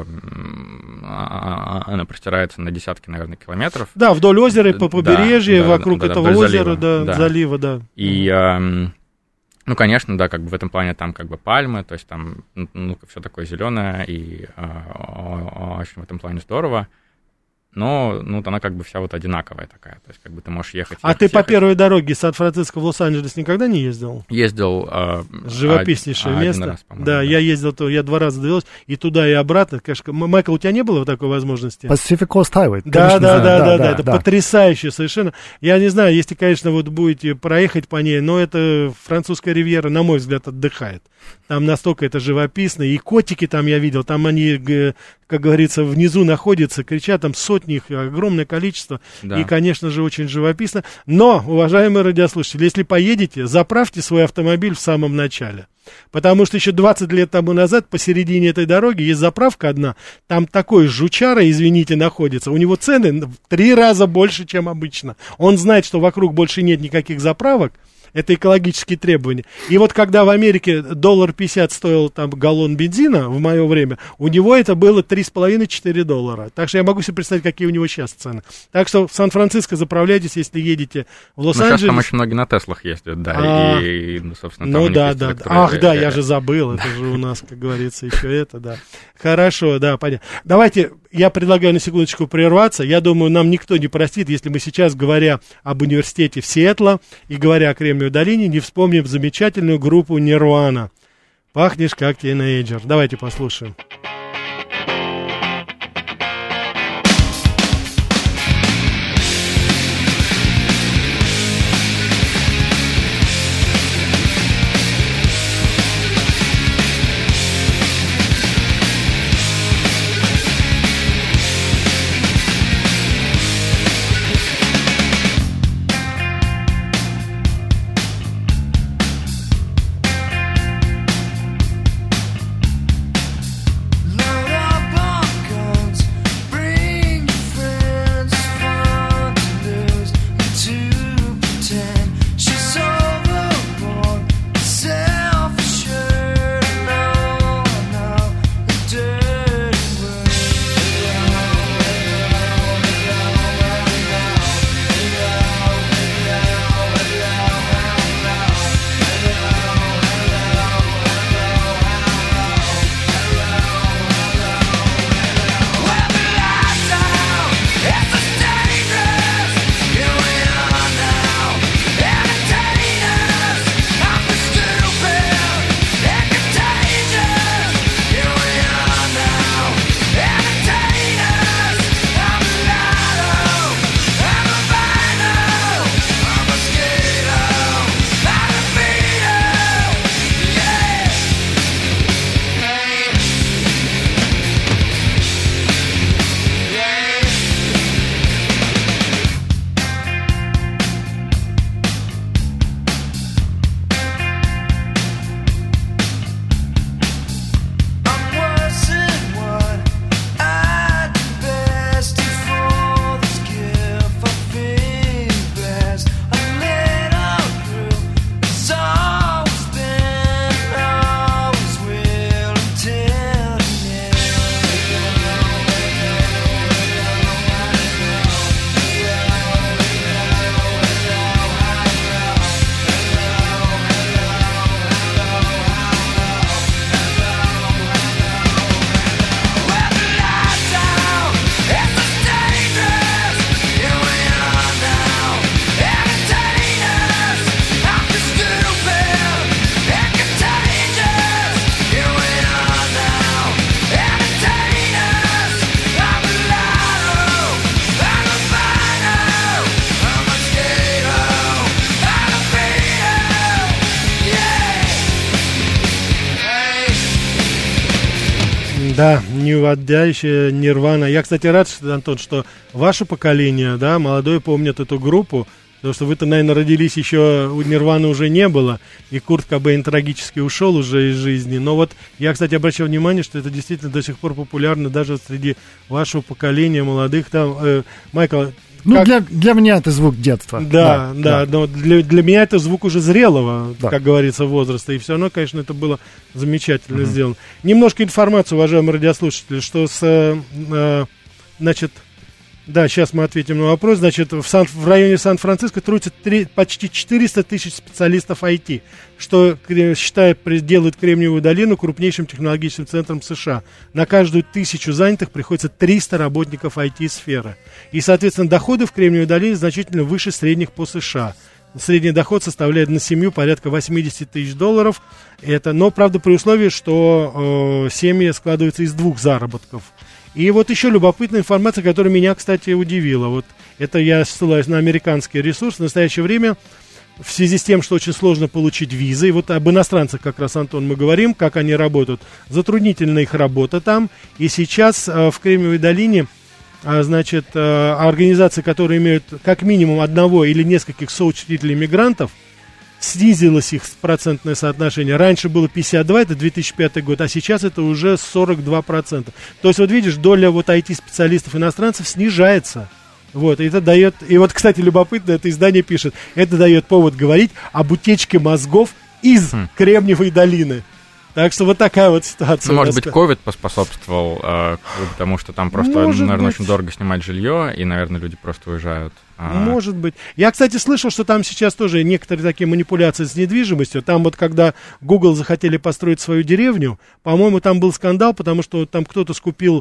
она простирается на десятки, наверное, километров. Да, вдоль озера, по побережью, вокруг этого озера, залива, да. И... конечно, да, в этом плане там пальмы, то есть там, все такое зеленое и очень в этом плане здорово. Но она вся одинаковая такая, то есть ты можешь ехать. А ты по первой дороге из Сан-Франциско в Лос-Анджелес никогда не ездил? Ездил. Живописнейшее место. Раз, да, я ездил, я 2 раза довелось, и туда, и обратно. Конечно, Майкл, у тебя не было такой возможности? Pacific Coast Highway. Да, это потрясающе совершенно. Я не знаю, если, конечно, будете проехать по ней, но это французская ривьера, на мой взгляд, отдыхает. Там настолько это живописно, и котики там я видел, там они, как говорится, внизу находятся, кричат, там сотни книг огромное количество, и, конечно же, очень живописно. Но, уважаемые радиослушатели, если поедете, заправьте свой автомобиль в самом начале. Потому что еще 20 лет тому назад посередине этой дороги есть заправка одна, там такой жучара, извините, находится, у него цены в 3 раза больше, чем обычно. Он знает, что вокруг больше нет никаких заправок. Это экологические требования. И вот когда в Америке $1.50 стоил там галлон бензина в мое время, у него это было $3,5-4. Так что я могу себе представить, какие у него сейчас цены. Так что в Сан-Франциско заправляйтесь, если едете в Лос-Анджелес. Сейчас там очень многие на Теслах ездят, да. И, собственно, там да. Ах, да, я же забыл. Это же у нас, как говорится, еще это, да. Хорошо, да, понятно. Давайте, я предлагаю на секундочку прерваться. Я думаю, нам никто не простит, если мы сейчас, говоря об университете в Сиэтла и говоря о Кремниевой долине, не вспомним замечательную группу Nirvana. «Пахнешь как тинейджер». Давайте послушаем. Да, неуводящая Нирвана. Я, кстати, рад, Антон, что ваше поколение, да, молодое, помнят эту группу, потому что вы-то, наверное, родились еще, у Нирваны уже не было, и Курт Кобейн трагически ушел уже из жизни. Но вот я, кстати, обращал внимание, что это действительно до сих пор популярно даже среди вашего поколения молодых. Там, Майкл... Ну, для меня это звук детства. Да, но для меня это звук уже зрелого, как говорится, возраста. И все равно, конечно, это было замечательно сделано. Немножко информации, уважаемые радиослушатели, что значит, да, сейчас мы ответим на вопрос. Значит, в районе Сан-Франциско трудится почти 400 тысяч специалистов IT, что делает Кремниевую долину крупнейшим технологическим центром США. На каждую 1000 занятых приходится 300 работников IT-сферы. И, соответственно, доходы в Кремниевой долине значительно выше средних по США. Средний доход составляет на семью порядка $80 тысяч. Это, но, правда, при условии, что семьи складываются из 2 заработков. И вот еще любопытная информация, которая меня, кстати, удивила. Вот это я ссылаюсь на американский ресурс. В настоящее время, в связи с тем, что очень сложно получить визы, и вот об иностранцах как раз, Антон, мы говорим, как они работают. Затруднительна их работа там. И сейчас в Кремниевой долине значит, организаций, которые имеют как минимум одного или нескольких соучредителей мигрантов, снизилось их процентное соотношение. Раньше было 52, это 2005 год, а сейчас это уже 42%. То есть, вот видишь, доля вот IT-специалистов иностранцев снижается. Вот, и это дает, и вот, кстати, любопытно, это издание пишет, это дает повод говорить об утечке мозгов из Кремниевой долины. Так что вот такая вот ситуация. Ну, может быть, ковид поспособствовал, потому что там просто, наверное, очень дорого снимать жилье, и, наверное, люди просто уезжают. Может быть. Я, кстати, слышал, что там сейчас тоже некоторые такие манипуляции с недвижимостью. Там вот, когда Google захотели построить свою деревню, по-моему, там был скандал, потому что там кто-то скупил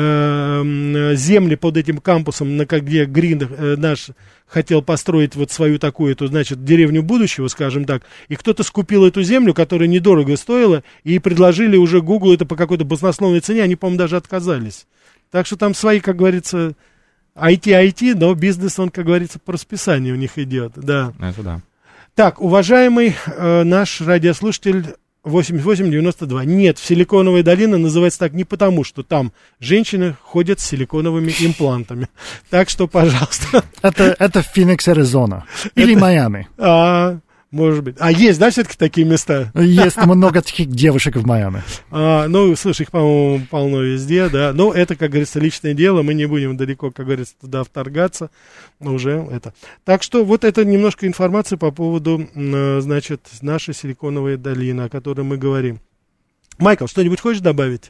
земли под этим кампусом, где Грин наш хотел построить вот свою такую, значит, деревню будущего, скажем так, и кто-то скупил эту землю, которая недорого стоила, и предложили уже Google это по какой-то баснословной цене, они, по-моему, даже отказались. Так что там свои, как говорится, IT, но бизнес, он, как говорится, по расписанию у них идет, да. Это да. Так, уважаемый наш радиослушатель 8892. Нет, в Силиконовой долине называется так не потому, что там женщины ходят с силиконовыми имплантами. Так что, пожалуйста. Это Феникс, Аризона. Или Майами. Может быть. А есть, да, все-таки такие места? Есть много таких девушек в Майами. Ну, слушай, их, по-моему, полно везде, да. Но это, как говорится, личное дело. Мы не будем далеко, как говорится, туда вторгаться. Но уже это. Так что вот это немножко информации по поводу, значит, нашей Силиконовой долины, о которой мы говорим. Майкл, что-нибудь хочешь добавить?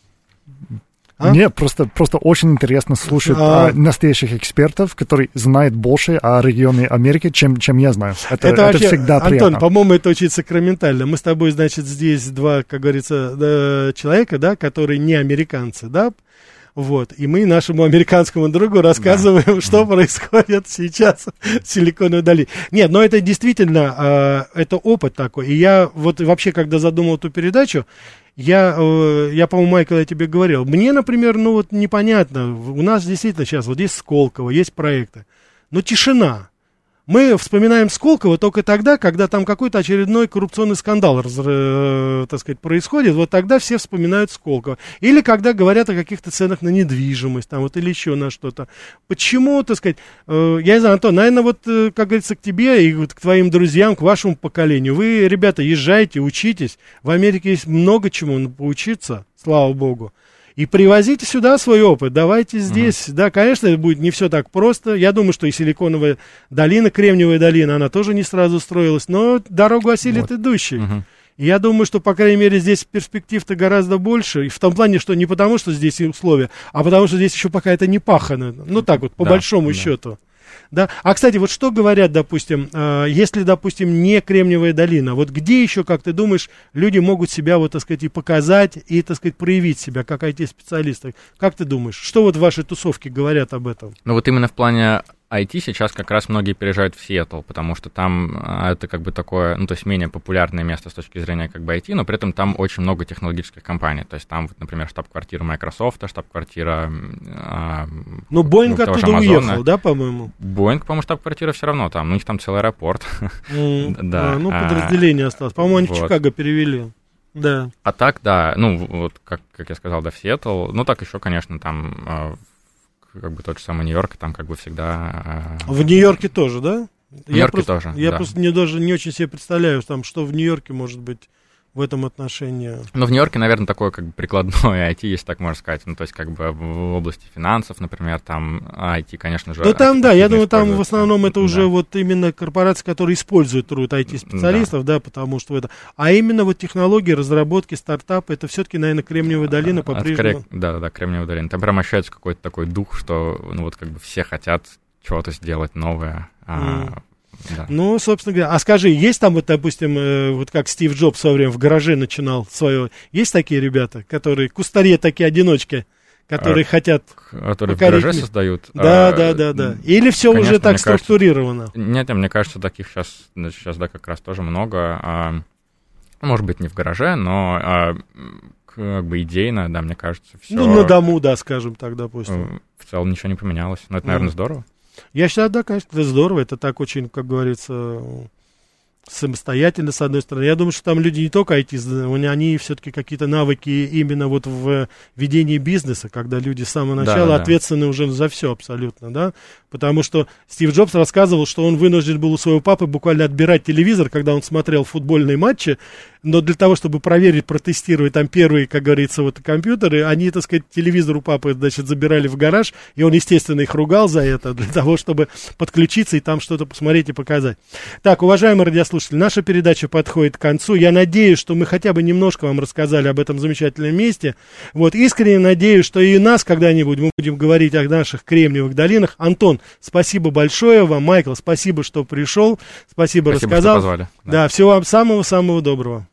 Мне просто очень интересно слушать настоящих экспертов, которые знают больше о регионе Америки, чем я знаю. Это вообще, всегда приятно. Антон, по-моему, это очень сакраментально. Мы с тобой, значит, здесь два, как говорится, человека, да, которые не американцы, да, вот, и мы нашему американскому другу рассказываем, что происходит сейчас в Силиконовой долине. Нет, но это действительно, это опыт такой. И я вот вообще, когда задумал эту передачу, я, по-моему, Майкл, я тебе говорил, мне, например, ну вот непонятно, у нас действительно сейчас вот есть Сколково, есть проекты, но тишина. Мы вспоминаем Сколково только тогда, когда там какой-то очередной коррупционный скандал, так сказать, происходит, вот тогда все вспоминают Сколково. Или когда говорят о каких-то ценах на недвижимость, там вот, или еще на что-то. Почему, так сказать, я не знаю, Антон, наверное, вот, как говорится, к тебе и вот к твоим друзьям, к вашему поколению, вы, ребята, езжайте, учитесь, в Америке есть много чему поучиться, слава богу. И привозите сюда свой опыт, давайте здесь, да, конечно, это будет не все так просто, я думаю, что и Силиконовая долина, Кремниевая долина, она тоже не сразу строилась, но дорогу осилит идущий. И я думаю, что, по крайней мере, здесь перспектив-то гораздо больше, и в том плане, что не потому, что здесь условия, а потому, что здесь еще пока это не пахано, ну так вот, по большому счету. Да? А, кстати, вот что говорят, допустим, если, допустим, не Кремниевая долина, вот где еще, как ты думаешь, люди могут себя, вот, так сказать, и показать, и, так сказать, проявить себя, как IT-специалисты? Как ты думаешь, что вот в вашей тусовке говорят об этом? Ну, вот именно в плане IT сейчас как раз многие переезжают в Сиэтл, потому что там это как бы такое, ну, то есть менее популярное место с точки зрения как бы IT, но при этом там очень много технологических компаний. То есть там, например, штаб-квартира Microsoft, штаб-квартира... Ну, Боинг оттуда уехал, да, по-моему? Боинг, по-моему, штаб-квартира все равно там, у них там целый аэропорт. Ну, подразделение осталось. По-моему, они в Чикаго перевели. Да. А так, да, ну, вот, как я сказал, да, в Сиэтл, ну, так еще, конечно, там... как бы тот же самый Нью-Йорк, там как бы всегда... В Нью-Йорке тоже, да? В Нью-Йорке тоже, Я просто даже не очень себе представляю, там, что в Нью-Йорке может быть в этом отношении. Ну, в Нью-Йорке, наверное, такое как бы прикладное IT, если так можно сказать. Ну, то есть, как бы в области финансов, например, там IT, конечно же... Ну, там, да, я думаю, там в основном это уже вот именно корпорации, которые используют труд IT-специалистов, да, потому что это... А именно вот технологии, разработки, стартапы, это все-таки, наверное, Кремниевая долина по-прежнему. Да, Кремниевая долина. Там прям ощущается какой-то такой дух, что, ну, вот как бы все хотят чего-то сделать новое. Да. Ну, собственно говоря, а скажи, есть там вот, допустим, вот как Стив Джобс в свое время в гараже начинал свое, есть такие ребята, которые, кустаре такие одиночки, которые хотят... Которые в гараже создают? Да. Или все конечно, уже так структурировано? Кажется, нет, мне кажется, таких сейчас, да, как раз тоже много. Может быть, не в гараже, но как бы идейно, да, мне кажется, все... Ну, на дому, да, скажем так, допустим. В целом ничего не поменялось, но это, наверное, здорово. Я считаю, да, конечно, это здорово, это так очень, как говорится, самостоятельно, с одной стороны. Я думаю, что там люди не только IT, они все-таки какие-то навыки именно вот в ведении бизнеса, когда люди с самого начала ответственны уже за все абсолютно, да, потому что Стив Джобс рассказывал, что он вынужден был у своего папы буквально отбирать телевизор, когда он смотрел футбольные матчи, но для того, чтобы проверить, протестировать там первые, как говорится, вот компьютеры, они, так сказать, телевизор у папы, значит, забирали в гараж, и он, естественно, их ругал за это, для того, чтобы подключиться и там что-то посмотреть и показать. Так, уважаемые радиослушатели, наша передача подходит к концу. Я надеюсь, что мы хотя бы немножко вам рассказали об этом замечательном месте. Вот, искренне надеюсь, что и нас когда-нибудь мы будем говорить о наших Кремниевых долинах. Антон, спасибо большое вам. Майкл, спасибо, что пришел. Спасибо, рассказал. Что позвали. Да, всего вам самого-самого доброго.